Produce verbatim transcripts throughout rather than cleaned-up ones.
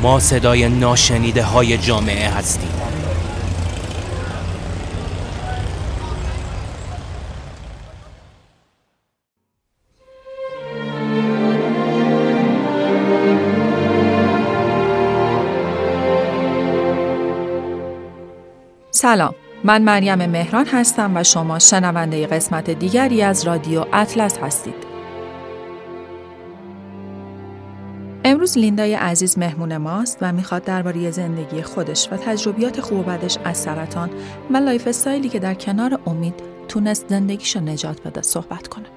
ما صدای ناشنیده های جامعه هستیم. سلام، من مریم مهران هستم و شما شنونده قسمت دیگری از رادیو اطلس هستید. امروز لیندای عزیز مهمون ماست و میخواد درباره زندگی خودش و تجربیات خوب و بدش از سرطان و لایف استایلی که در کنار امید تونست زندگیشو نجات بده صحبت کنه.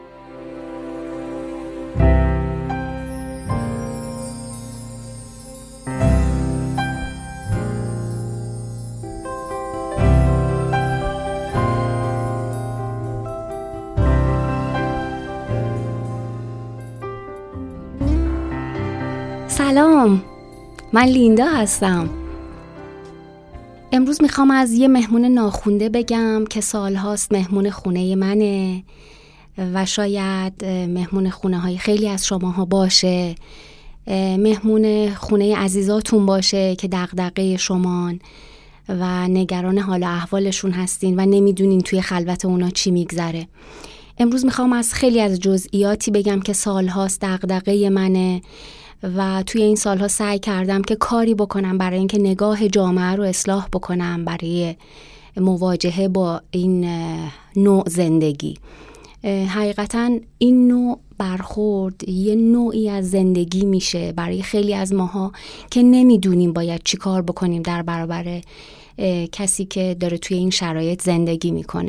سلام، من لیندا هستم. امروز میخوام از یه مهمون ناخونده بگم که سالهاست مهمون خونه منه و شاید مهمون خونه های خیلی از شماها باشه، مهمون خونه عزیزاتون باشه که دغدغه شمان و نگران حال و احوالشون هستین و نمیدونین توی خلوت اونا چی میگذره. امروز میخوام از خیلی از جزئیاتی بگم که سالهاست دغدغه منه و توی این سالها سعی کردم که کاری بکنم برای اینکه نگاه جامعه رو اصلاح بکنم برای مواجهه با این نوع زندگی. حقیقتا این نوع برخورد یه نوعی از زندگی میشه برای خیلی از ماها که نمیدونیم باید چی کار بکنیم در برابر کسی که داره توی این شرایط زندگی میکنه.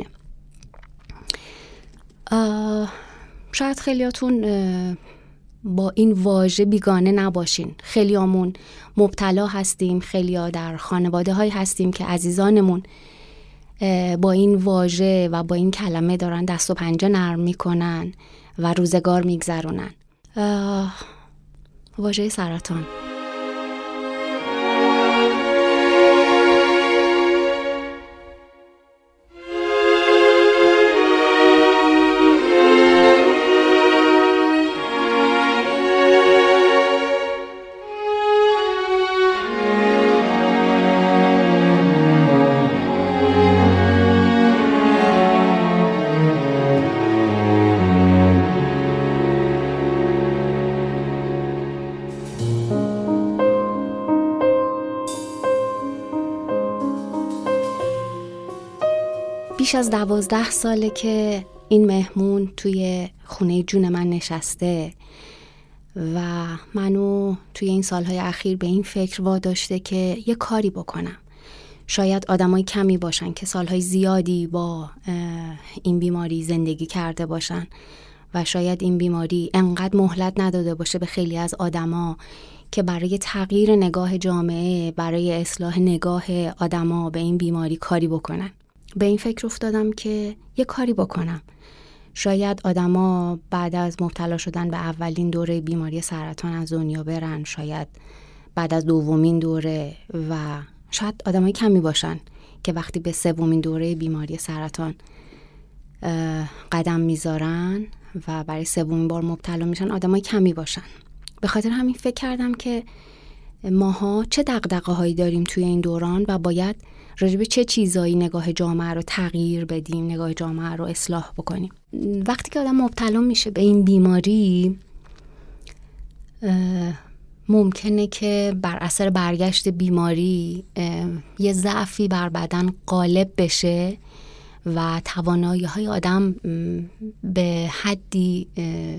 شاید خیلیاتون با این واژه بیگانه نباشین. خیلیامون مبتلا هستیم، خیلیا در خانواده های هستیم که عزیزانمون با این واژه و با این کلمه دارن دست و پنجه نرم میکنن و روزگار میگذرونن. واژه سرطان. بیش از دوازده ساله که این مهمون توی خونه جون من نشسته و منو توی این سالهای اخیر به این فکر واداشته که یه کاری بکنم. شاید آدمای کمی باشن که سالهای زیادی با این بیماری زندگی کرده باشن و شاید این بیماری انقدر مهلت نداده باشه به خیلی از آدما که برای تغییر نگاه جامعه، برای اصلاح نگاه آدما به این بیماری کاری بکنن. به این فکر افتادم که یه کاری بکنم. شاید آدما بعد از مبتلا شدن به اولین دوره بیماری سرطان از دنیا برن، شاید بعد از دومین دوره و شاید آدمای کمی باشن که وقتی به سومین دوره بیماری سرطان قدم میذارن و برای سومین بار مبتلا میشن آدمای کمی باشن. به خاطر همین فکر کردم که ماها چه دغدغه‌هایی داریم توی این دوران و باید راجع به چه چیزایی نگاه جامعه رو تغییر بدیم، نگاه جامعه رو اصلاح بکنیم. وقتی که آدم مبتلا میشه به این بیماری ممکنه که بر اثر برگشت بیماری یه ضعفی بر بدن غالب بشه و توانایی‌های آدم به حدی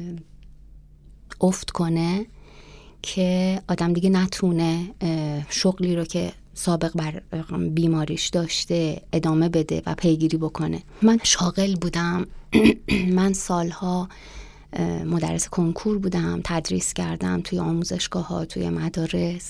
افت کنه که آدم دیگه نتونه شغلی رو که سابق بر بیماریش داشته ادامه بده و پیگیری بکنه. من شاغل بودم، من سالها مدرس کنکور بودم، تدریس کردم توی آموزشگاه ها، توی مدارس.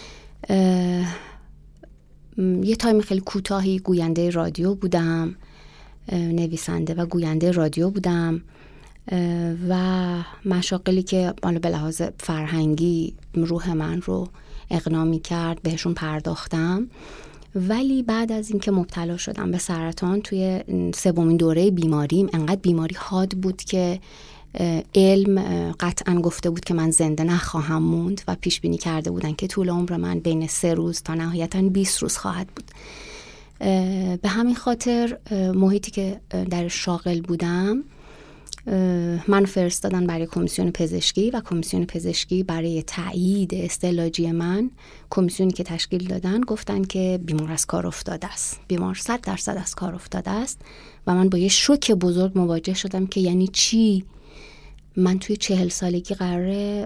یه تایم خیلی کوتاهی گوینده رادیو بودم، نویسنده و گوینده رادیو بودم و مشاغلی که به لحاظ فرهنگی روح من رو اقناع می کرد بهشون پرداختم. ولی بعد از اینکه مبتلا شدم به سرطان توی سومین دوره بیماریم، انقدر بیماری حاد بود که علم قطعا گفته بود که من زنده نخواهم موند و پیش بینی کرده بودن که طول عمر من بین سه روز تا نهایتاً بیست روز خواهد بود. به همین خاطر محیطی که در شاغل بودم من فرستادن برای کمیسیون پزشکی و کمیسیون پزشکی برای تایید استعلاجی من، کمیسیونی که تشکیل دادن گفتن که بیمار از کار افتاده است، بیمار صد درصد از کار افتاده است و من با یه شوک بزرگ مواجه شدم که یعنی چی؟ من توی چهل سالگی قراره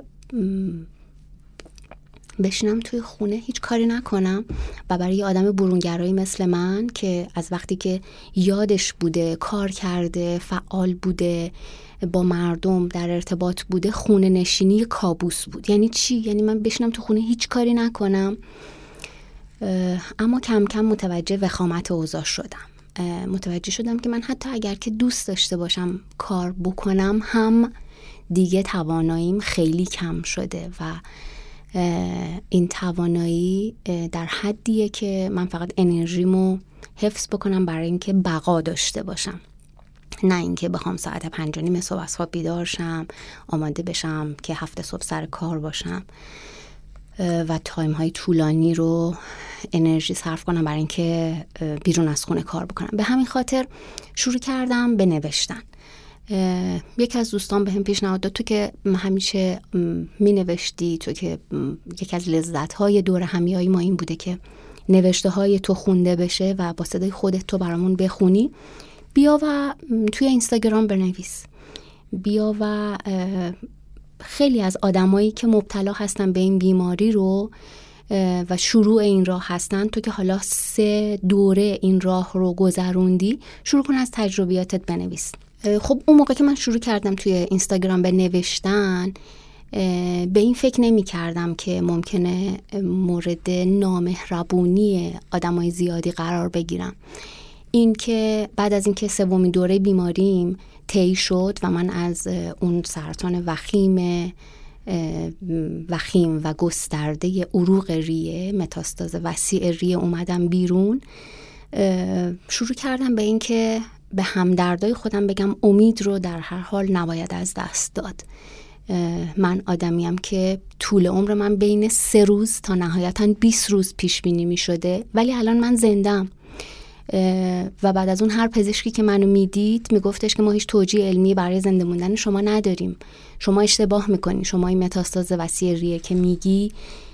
بشینم توی خونه هیچ کاری نکنم و برای یه آدم برونگرایی مثل من که از وقتی که یادش بوده کار کرده، فعال بوده، با مردم در ارتباط بوده، خونه نشینی کابوس بود. یعنی چی؟ یعنی من بشینم تو خونه هیچ کاری نکنم. اما کم کم متوجه وخامت اوضاع شدم. متوجه شدم که من حتی اگر که دوست داشته باشم کار بکنم هم دیگه تواناییم خیلی کم شده و این توانایی در حدیه که من فقط انرژیمو حفظ بکنم برای اینکه بقا داشته باشم، نه اینکه بخوام ساعت پنج و نیم صبح از خواب بیدار شم، آماده بشم که هفت صبح سر کار باشم و تایم های طولانی رو انرژی صرف کنم برای اینکه بیرون از خونه کار بکنم. به همین خاطر شروع کردم به نوشتن. یکی از دوستان به هم پیشنهاد داد تو که همیشه می نوشتی، تو که یکی از لذت‌های دور همیایی ما این بوده که نوشته های تو خونده بشه و با صدای خودت تو برامون بخونی، بیا و توی اینستاگرام بنویس، بیا و خیلی از آدمایی که مبتلا هستن به این بیماری رو و شروع این راه هستن، تو که حالا سه دوره این راه رو گذروندی، شروع کن از تجربیاتت بنویس. خب اون موقع که من شروع کردم توی اینستاگرام به نوشتن، به این فکر نمی کردم که ممکنه مورد نامهربونی آدمای زیادی قرار بگیرم. این که بعد از اینکه سومین دوره بیماریم طی شد و من از اون سرطان وخیم وخیم و گسترده عروق ریه، متاستاز وسیع ریه اومدم بیرون، شروع کردم به این که به همدردای خودم بگم امید رو در هر حال نباید از دست داد. من آدمیم که طول عمر من بین سه روز تا نهایتاً بیست روز پیش بینی می شده، ولی الان من زندم. و بعد از اون هر پزشکی که منو میدید میگفتش که ما هیچ توجیه علمی برای زنده موندن شما نداریم، شما اشتباه میکنی، شما این متاستاز وسیع ریه که میگی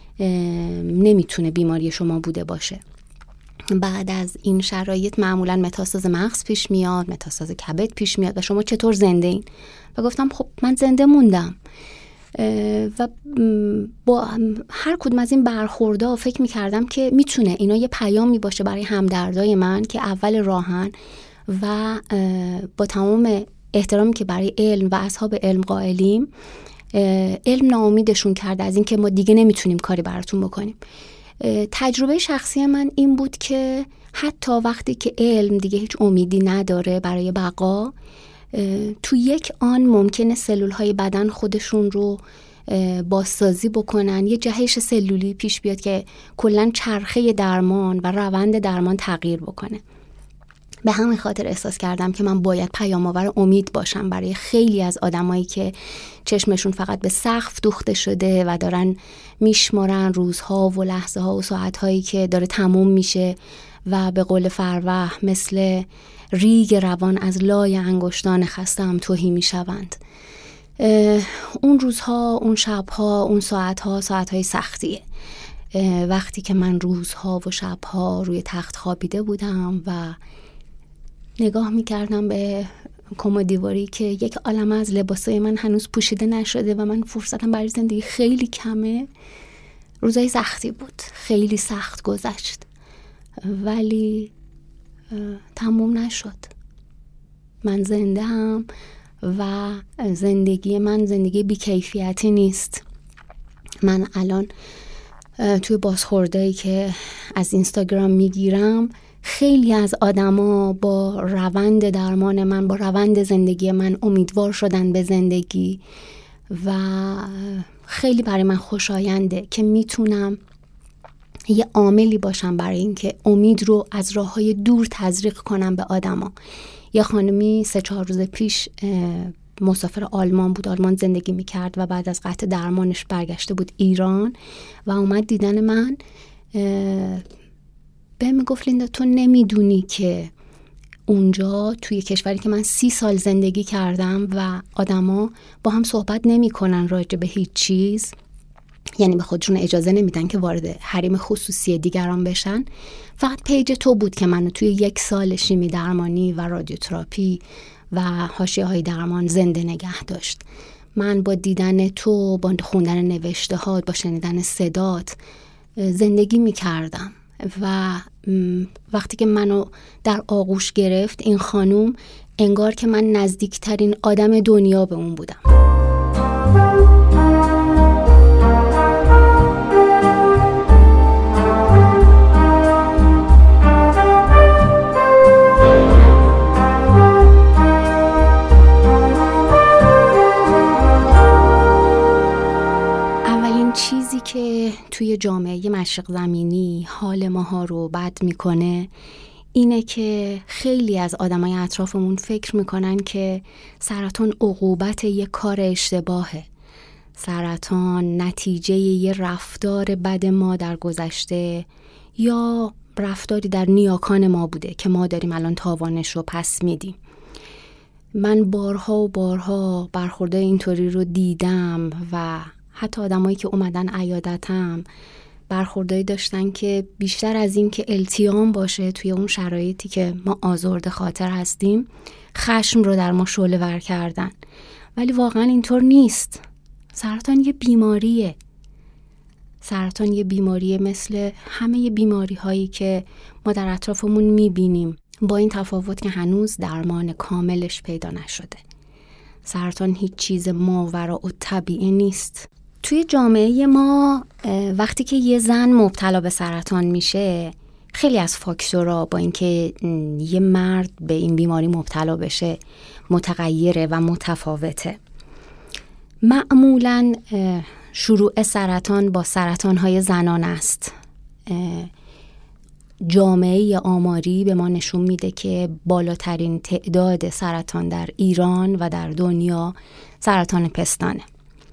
نمیتونه بیماری شما بوده باشه. بعد از این شرایط معمولا متاستاز مغز پیش میاد، متاستاز کبد پیش میاد و شما چطور زنده این؟ و گفتم خب من زنده موندم. و با هر کدوم از این برخوردها فکر میکردم که میتونه اینا یه پیامی باشه برای همدردای من که اول راهن و با تمام احترامی که برای علم و اصحاب علم قائلیم، علم ناامیدشون کرده از این که ما دیگه نمیتونیم کاری براتون بکنیم. تجربه شخصی من این بود که حتی وقتی که علم دیگه هیچ امیدی نداره برای بقا، تو یک آن ممکنه سلول های بدن خودشون رو بازسازی بکنن، یه جهش سلولی پیش بیاد که کلن چرخه درمان و روند درمان تغییر بکنه. به همین خاطر احساس کردم که من باید پیام آور امید باشم برای خیلی از آدمایی که چشمشون فقط به سقف دوخته شده و دارن میشمارن روزها و لحظه ها و ساعت هایی که داره تموم میشه و به قول فروه مثل ریگ روان از لای انگشتان خسته‌ام تهی میشوند. اون روزها، اون شبها، اون ساعتها ساعتهای سختیه. وقتی که من روزها و شبها روی تخت خوابیده بودم و نگاه میکردم به کمدیواری که یک عالمه از لباسای من هنوز پوشیده نشده و من فرصتم برای زندگی خیلی کمه، روزای سختی بود، خیلی سخت گذشت، ولی تموم نشد. من زنده هم و زندگی من زندگی بی‌کیفیتی نیست. من الان توی بازخوردایی که از اینستاگرام میگیرم، خیلی از آدما با روند درمان من، با روند زندگی من امیدوار شدن به زندگی و خیلی برای من خوشاینده که میتونم یه عاملی باشم برای اینکه امید رو از راههای دور تزریق کنم به آدما. یه خانمی سه چهار روز پیش مسافر آلمان بود، آلمان زندگی میکرد و بعد از قطع درمانش برگشته بود ایران و اومد دیدن من. به من گفت لیندا تو نمیدونی که اونجا توی کشوری که من سی سال زندگی کردم و آدما با هم صحبت نمی کنن راجع به هیچ چیز، یعنی به خودشون اجازه نمیدن که وارد حریم خصوصی دیگران بشن. فقط پیج تو بود که منو توی یک سال شیمی درمانی و رادیوتراپی و حاشیه‌های درمان زنده نگه داشت. من با دیدن تو، با خوندن نوشته هات، با شنیدن صدات زندگی میکردم و وقتی که منو در آغوش گرفت این خانوم، انگار که من نزدیکترین آدم دنیا به اون بودم. که توی جامعه مشرق زمینی حال ماها رو بد میکنه اینه که خیلی از آدمای اطرافمون فکر میکنن که سرطان عقوبت یه کار اشتباهه، سرطان نتیجه یه رفتار بد ما در گذشته یا رفتاری در نیاکان ما بوده که ما داریم الان تاوانش رو پس میدیم. من بارها و بارها برخورده اینطوری رو دیدم و حتی آدمایی که اومدن عیادتم برخوردایی داشتن که بیشتر از این که التیام باشه توی اون شرایطی که ما آزرده خاطر هستیم، خشم رو در ما شعله ور کردن. ولی واقعا اینطور نیست. سرطان یه بیماریه. سرطان یه بیماریه مثل همه بیماری هایی که ما در اطرافمون میبینیم، با این تفاوت که هنوز درمان کاملش پیدا نشده. سرطان هیچ چیز ماوراء الطبیعه نیست. توی جامعه ما وقتی که یه زن مبتلا به سرطان میشه، خیلی از فاکتورها با اینکه یه مرد به این بیماری مبتلا بشه متغیره و متفاوته. معمولاً شروع سرطان با سرطان‌های زنان است. جامعه آماری به ما نشون میده که بالاترین تعداد سرطان در ایران و در دنیا سرطان پستانه.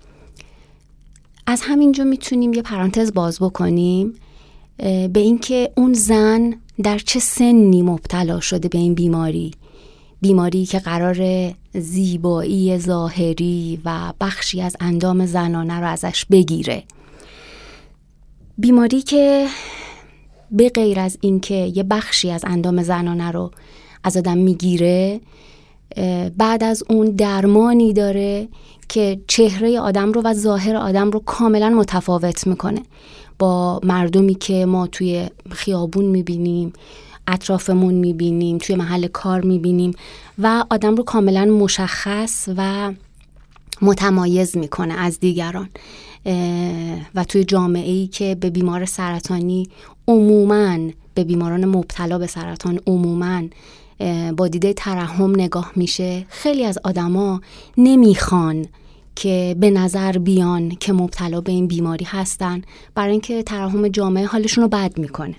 از همینجا میتونیم یه پرانتز باز بکنیم به اینکه اون زن در چه سنی مبتلا شده به این بیماری، بیماری که قرار زیبایی ظاهری و بخشی از اندام زنانه رو ازش بگیره. بیماری که به غیر از اینکه یه بخشی از اندام زنانه رو از آدم میگیره، بعد از اون درمانی داره که چهره آدم رو و ظاهر آدم رو کاملا متفاوت میکنه با مردمی که ما توی خیابون میبینیم، اطرافمون میبینیم، توی محل کار میبینیم و آدم رو کاملا مشخص و متمایز میکنه از دیگران. و توی جامعه‌ای که به بیمار سرطانی عموماً، به بیماران مبتلا به سرطان عموماً با دیده ترحم نگاه میشه، خیلی از آدما نمیخوان که به نظر بیان که مبتلا به این بیماری هستن، برای اینکه ترحم جامعه حالشون رو بد میکنه.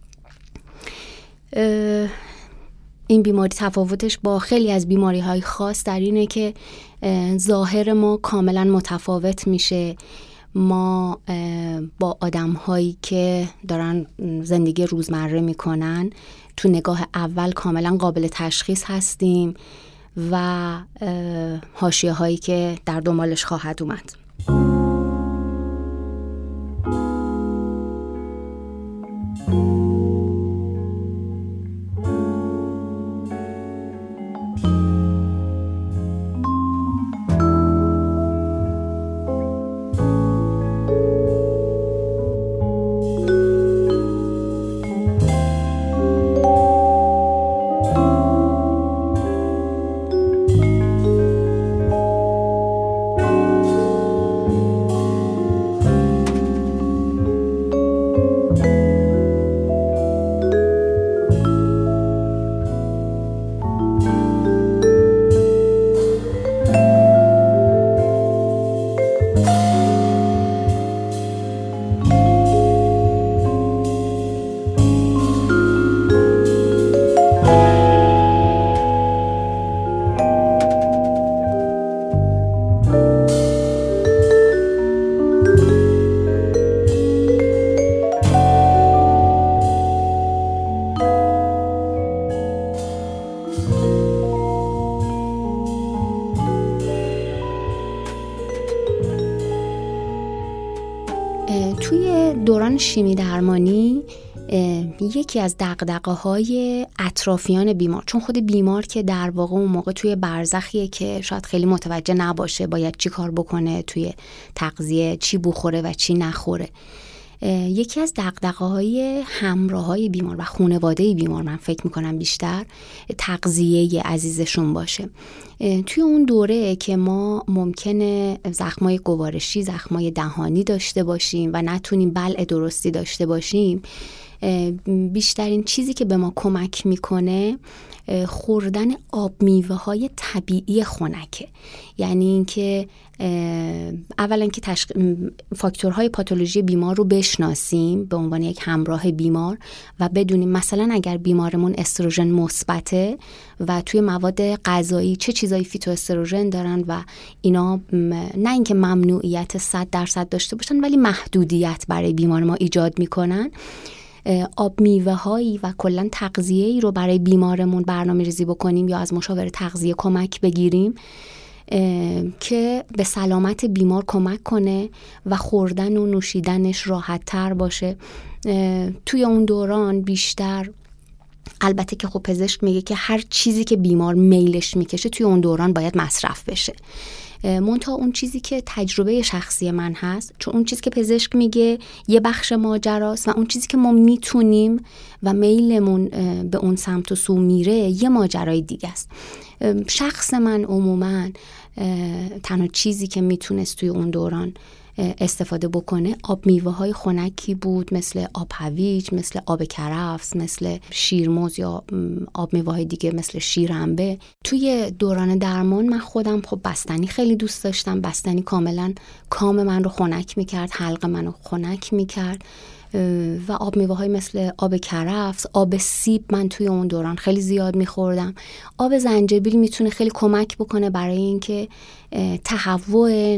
این بیماری تفاوتش با خیلی از بیماری‌های خاص در اینه که ظاهر ما کاملا متفاوت میشه. ما با آدم‌هایی که دارن زندگی روزمره میکنن تو نگاه اول کاملا قابل تشخیص هستیم و حاشیه هایی که در دنبالش خواهد اومد. توی دوران شیمی درمانی یکی از دغدغه‌های اطرافیان بیمار، چون خود بیمار که در واقع اون موقع توی برزخیه که شاید خیلی متوجه نباشه باید چی کار بکنه توی تغذیه، چی بخوره و چی نخوره، یکی از دغدغه‌های همراه‌های بیمار و خانواده بیمار من فکر می‌کنم بیشتر تغذیه عزیزشون باشه. توی اون دوره که ما ممکنه زخمای گوارشی، زخمای دهانی داشته باشیم و نتونیم بلع درستی داشته باشیم، بیشترین چیزی که به ما کمک میکنه خوردن آب میوه های طبیعی خنکه. یعنی اینکه اولا که تشخ... فاکتورهای پاتولوژی بیمار رو بشناسیم به عنوان یک همراه بیمار و بدونیم مثلا اگر بیمارمون استروژن مثبته و توی مواد غذایی چه چیزایی فیتو استروژن دارن و اینا نه اینکه ممنوعیت صد درصد داشته باشن ولی محدودیت برای بیمار ما ایجاد میکنن، آب میوه هایی و کلا تغذیه‌ای رو برای بیمارمون برنامه‌ریزی بکنیم یا از مشاور تغذیه کمک بگیریم که به سلامت بیمار کمک کنه و خوردن و نوشیدنش راحت تر باشه. توی اون دوران بیشتر البته که خب پزشک میگه که هر چیزی که بیمار میلش میکشه توی اون دوران باید مصرف بشه، منتها اون چیزی که تجربه شخصی من هست، چون اون چیزی که پزشک میگه یه بخش ماجراست و اون چیزی که ما میتونیم و میلمون به اون سمت و سو میره یه ماجرای دیگه است. شخص من عموما تنها چیزی که میتونست توی اون دوران استفاده بکنه آب میوه های خنکی بود، مثل آب هویج، مثل آب کرفس، مثل شیرموز یا آب میوه های دیگه مثل شیرنبه. توی دوران درمان من خودم خب بستنی خیلی دوست داشتم. بستنی کاملا کام من رو خنک میکرد، حلق من رو خنک میکرد و آب میوه های مثل آب کرفس، آب سیب من توی اون دوران خیلی زیاد میخوردم. آب زنجبیل میتونه خیلی کمک بکنه برای اینکه تهوع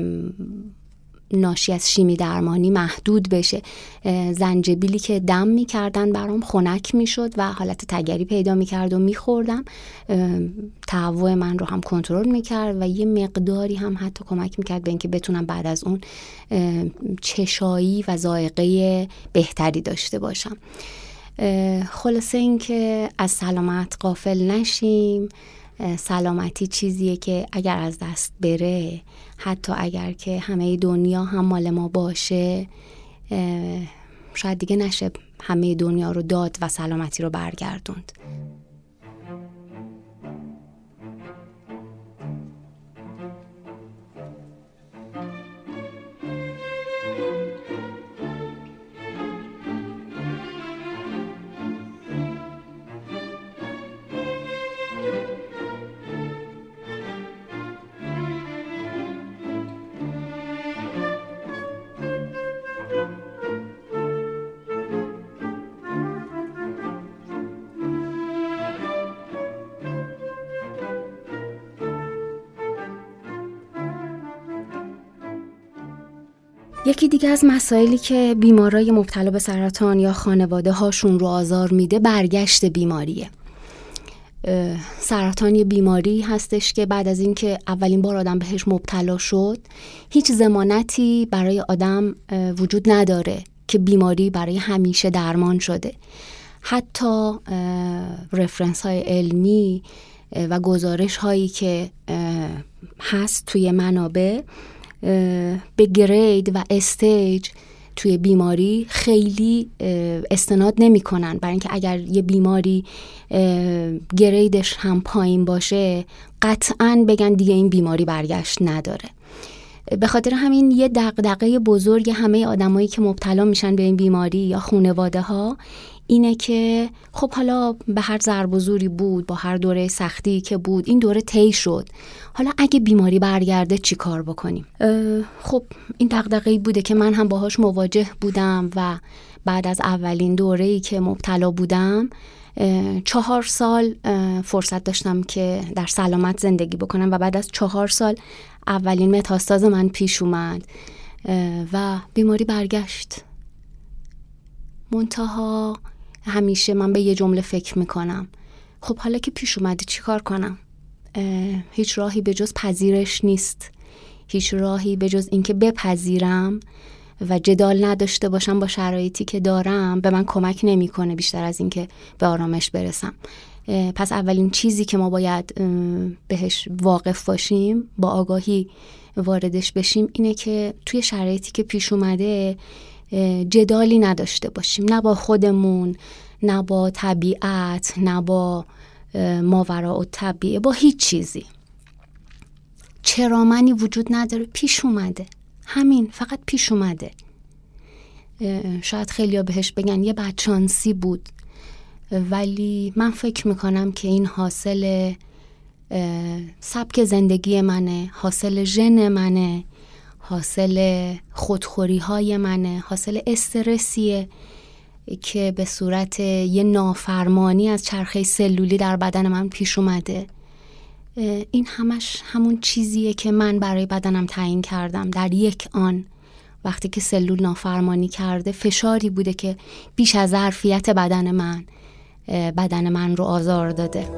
ناشی از شیمی درمانی محدود بشه. زنجبیلی که دم میکردن برام خنک میشد و حالت تگری پیدا میکرد و میخوردم، تهوع من رو هم کنترل میکرد و یه مقداری هم حتی کمک میکرد به اینکه بتونم بعد از اون چشایی و ذائقه بهتری داشته باشم. خلاصه این که از سلامت غافل نشیم. سلامتی چیزیه که اگر از دست بره، حتی اگر که همه دنیا هم مال ما باشه، شاید دیگه نشه همه دنیا رو داد و سلامتی رو برگردوند. یکی دیگه از مسائلی که بیمارای مبتلا به سرطان یا خانواده هاشون رو آزار میده برگشت بیماریه. سرطان یه بیماری هستش که بعد از اینکه اولین بار آدم بهش مبتلا شد هیچ ضمانتی برای آدم وجود نداره که بیماری برای همیشه درمان شده. حتی رفرنس های علمی و گزارش هایی که هست توی منابع به گرید و استیج توی بیماری خیلی استناد نمی کنن، برای اینکه اگر یه بیماری گریدش هم پایین باشه قطعاً بگن دیگه این بیماری برگشت نداره. به خاطر همین یه دغدغه بزرگ همه آدمایی که مبتلا میشن به این بیماری یا خانواده ها اینه که خب حالا به هر ضرب و زوری بود، با هر دوره سختی که بود این دوره طی شد، حالا اگه بیماری برگرده چی کار بکنیم؟ خب این دغدغه‌ای بوده که من هم باهاش مواجه بودم و بعد از اولین دوره‌ای که مبتلا بودم چهار سال فرصت داشتم که در سلامت زندگی بکنم و بعد از چهار سال اولین متاستاز من پیش اومد و بیماری برگشت. منتها همیشه من به یه جمله فکر میکنم، خب حالا که پیش اومده چی کار کنم؟ هیچ راهی به جز پذیرش نیست، هیچ راهی به جز اینکه بپذیرم و جدال نداشته باشم با شرایطی که دارم به من کمک نمیکنه بیشتر از این که به آرامش برسم. پس اولین چیزی که ما باید بهش واقف باشیم، با آگاهی واردش بشیم، اینه که توی شرایطی که پیش اومده جدالی نداشته باشیم، نه با خودمون، نه با طبیعت، نه با ماوراء الطبیعه، با هیچ چیزی. چرا منی وجود نداره، پیش اومده، همین، فقط پیش اومده. شاید خیلیا بهش بگن یه بدشانسی بود، ولی من فکر میکنم که این حاصل سبک زندگی منه، حاصل ژن منه، حاصل خودخوری های منه، حاصل استرسیه که به صورت یه نافرمانی از چرخه سلولی در بدن من پیش اومده. این همش همون چیزیه که من برای بدنم تعیین کردم در یک آن. وقتی که سلول نافرمانی کرده، فشاری بوده که بیش از ظرفیت بدن من بدن من رو آزار داده.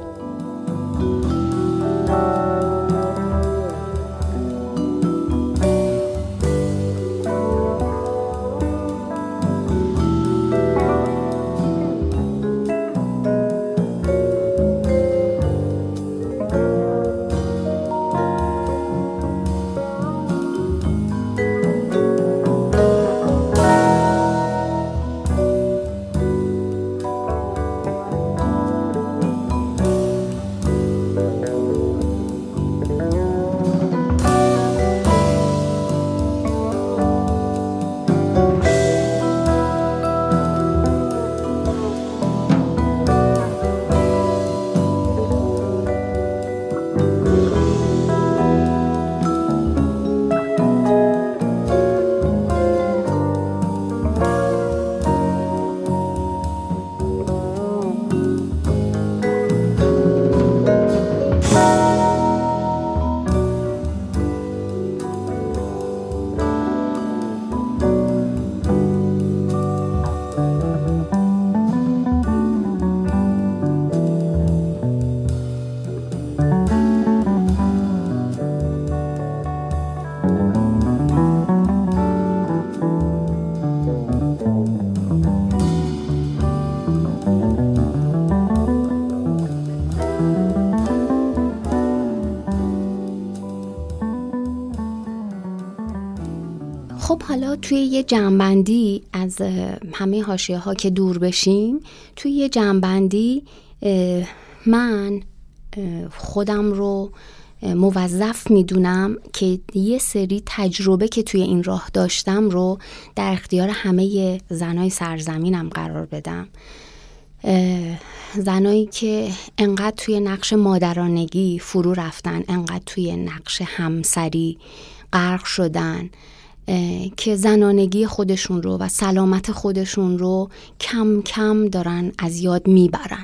خب حالا توی یه جمع‌بندی از همه حاشیه ها که دور بشیم، توی یه جمع‌بندی من خودم رو موظف میدونم که یه سری تجربه که توی این راه داشتم رو در اختیار همه زنای سرزمینم قرار بدم. زنایی که انقدر توی نقش مادرانگی فرو رفتن، انقدر توی نقش همسری غرق شدن که زنانگی خودشون رو و سلامت خودشون رو کم کم دارن از یاد میبرن.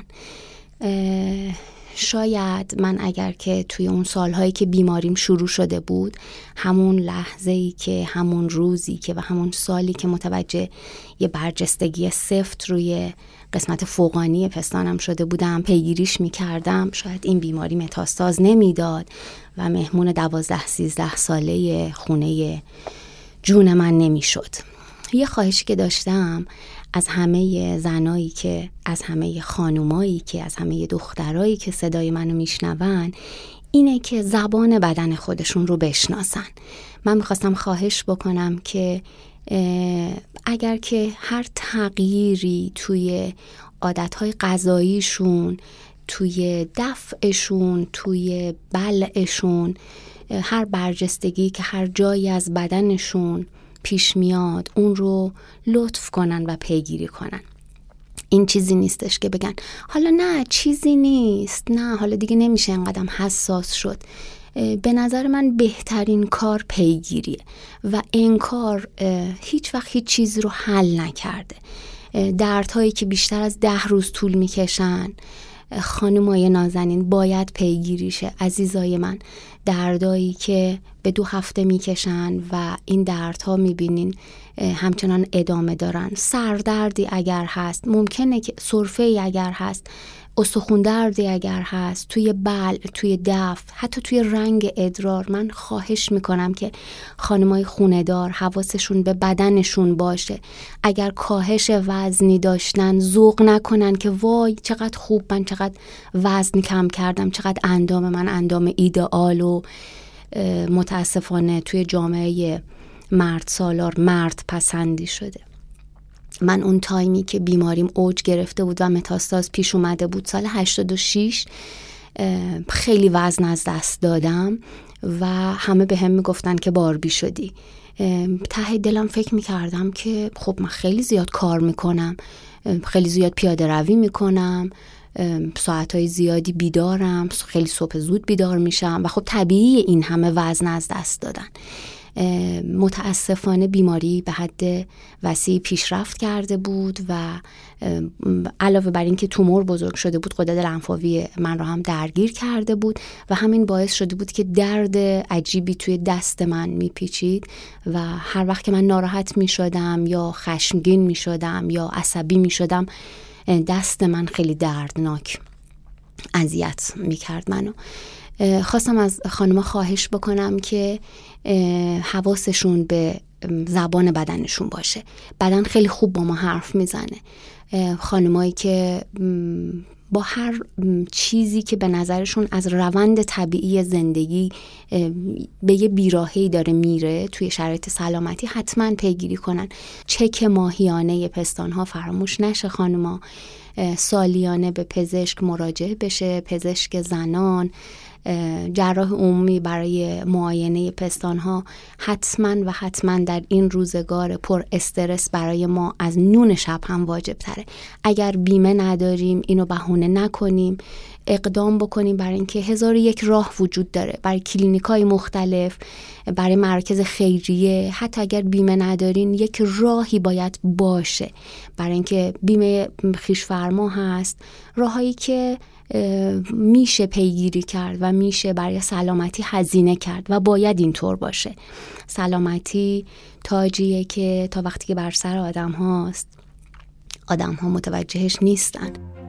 شاید من اگر که توی اون سالهایی که بیماریم شروع شده بود، همون لحظه‌ای که همون روزی که و همون سالی که متوجه یه برجستگی سفت روی قسمت فوقانی پستانم شده بودم پیگیریش میکردم، شاید این بیماری متاستاز نمیداد و مهمون دوازده سیزده ساله خونه جون من نمیشد. یه خواهشی که داشتم از همه زنایی که از همه خانومایی که از همه دخترایی که صدای منو میشنون اینه که زبان بدن خودشون رو بشناسن. من میخواستم خواهش بکنم که اگر که هر تغییری توی عادتهای غذاییشون، توی دفعشون، توی بلعشون، هر برجستگی که هر جایی از بدنشون پیش میاد اون رو لطف کنن و پیگیری کنن. این چیزی نیستش که بگن حالا نه چیزی نیست، نه حالا دیگه نمیشه اینقدر حساس شد. به نظر من بهترین کار پیگیریه و انکار هیچ وقت هیچ چیزی رو حل نکرده. دردهایی که بیشتر از ده روز طول میکشن، خانمای نازنین، باید پیگیریشه. عزیزای من، دردایی که به دو هفته میکشن و این دردها میبینین همچنان ادامه دارن. سردردی اگر هست، ممکنه که سرفه‌ای اگر هست، استخوان دردی اگر هست، توی بلع، توی دف، حتی توی رنگ ادرار، من خواهش میکنم که خانمای خونه‌دار حواسشون به بدنشون باشه. اگر کاهش وزنی داشتن ذوق نکنن که وای چقدر خوب من چقدر وزن کم کردم، چقدر اندام من اندام ایدئال و متاسفانه توی جامعه مرد سالار مرد پسندی شده. من اون تایمی که بیماریم اوج گرفته بود و متاستاز پیش اومده بود سال هشتاد و شش، خیلی وزن از دست دادم و همه به هم میگفتن که باربی شدی. ته دلم فکر میکردم که خب من خیلی زیاد کار میکنم، خیلی زیاد پیاده روی میکنم، ساعتهای زیادی بیدارم، خیلی صبح زود بیدار میشم و خب طبیعی این همه وزن از دست دادن. متاسفانه بیماری به حد وسیع پیشرفت کرده بود و علاوه بر این که تومور بزرگ شده بود، غدد لنفاوی من را هم درگیر کرده بود و همین باعث شده بود که درد عجیبی توی دست من میپیچید و هر وقت که من ناراحت میشدم یا خشمگین میشدم یا عصبی میشدم، دست من خیلی دردناک اذیت میکرد منو. خواستم از خانم‌ها خواهش بکنم که حواسشون به زبان بدنشون باشه. بدن خیلی خوب با ما حرف میزنه. خانمایی که با هر چیزی که به نظرشون از روند طبیعی زندگی به یه بیراهه‌ای داره میره توی شرایط سلامتی، حتما پیگیری کنن. چک ماهیانه پستان‌ها فراموش نشه خانما. سالیانه به پزشک مراجعه بشه، پزشک زنان، جراح عمومی برای معاینه پستان‌ها حتما و حتما در این روزگار پر استرس برای ما از نون شب هم واجب تره. اگر بیمه نداریم اینو بهونه نکنیم، اقدام بکنیم برای اینکه هزار و یک راه وجود داره برای کلینیک‌های مختلف، برای مراکز خیریه. حتی اگر بیمه ندارین یک راهی باید باشه برای اینکه بیمه خویش‌فرما هست، راهایی که میشه پیگیری کرد و میشه برای سلامتی هزینه کرد و باید اینطور باشه. سلامتی تاجیه که تا وقتی که بر سر آدم هاست، آدم ها متوجهش نیستن.